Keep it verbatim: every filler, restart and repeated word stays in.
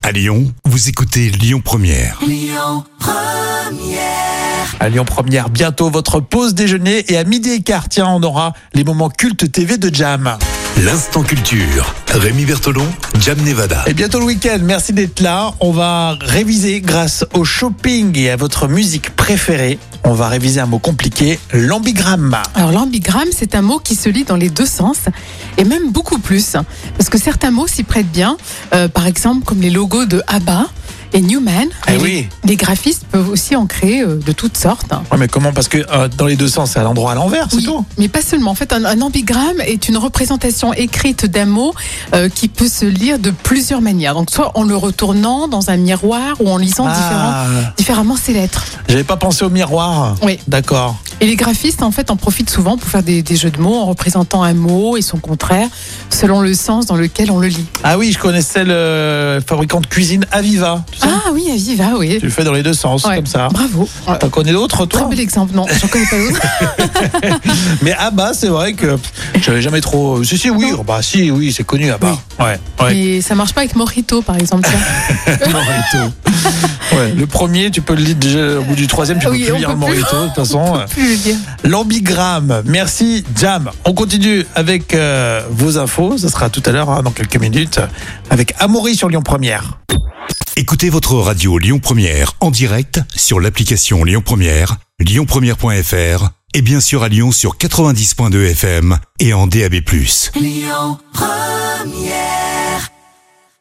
À Lyon, vous écoutez Lyon Première. Lyon Première. À Lyon Première, bientôt votre pause déjeuner et à midi et quart, tiens, on aura les moments cultes T V de Jam. L'instant culture. Rémi Bertolon, Jam Nevada. Et bientôt le week-end, merci d'être là. On va réviser grâce au shopping et à votre musique préférée. On va réviser un mot compliqué, l'ambigramme. Alors l'ambigramme, c'est un mot qui se lit dans les deux sens et même beaucoup plus. Parce que certains mots s'y prêtent bien, euh, par exemple comme les logos de ABBA et Newman. Eh Et oui. les, les graphistes peuvent aussi en créer euh, de toutes sortes. Ouais, mais comment? Parce que euh, dans les deux sens, c'est à l'endroit à l'envers, c'est Oui, tout. mais pas seulement. En fait, un, un ambigramme est une représentation écrite d'un mot euh, qui peut se lire de plusieurs manières. Donc, soit en le retournant dans un miroir ou en lisant différents, Ah, différemment ses lettres. j'avais pas pensé au miroir. Oui. D'accord. Et les graphistes, en fait, en profitent souvent pour faire des, des jeux de mots en représentant un mot et son contraire selon le sens dans lequel on le lit. Ah oui, je connaissais le fabricant de cuisine Aviva. Tu sais, Ah oui, Aviva, oui. tu le fais dans les deux sens, Ouais. comme ça. Bravo. Ouais. T'en connais d'autres, Très toi? bel exemple. Non, j'en connais pas d'autres. Mais Abba, c'est vrai que j'avais jamais trop. Si, si, oui. Non. Bah, si, oui, c'est connu, Abba. Ouais, ouais. Et ça marche pas avec Mojito, par exemple. tiens. Morito. Ouais, le premier, tu peux le lire déjà au bout du troisième, tu Oui, peux on plus lire peut le plus. Morito, de toute façon. Plus le dire. L'ambigramme. Merci, Jam. On continue avec euh, vos infos. Ça sera tout à l'heure, hein, dans quelques minutes, avec Amaury sur Lyon Première. Écoutez votre radio Lyon Première en direct sur l'application Lyon Première, lyon première point f r et bien sûr à Lyon sur quatre-vingt-dix point deux F M et en D A B plus. Lyon Première.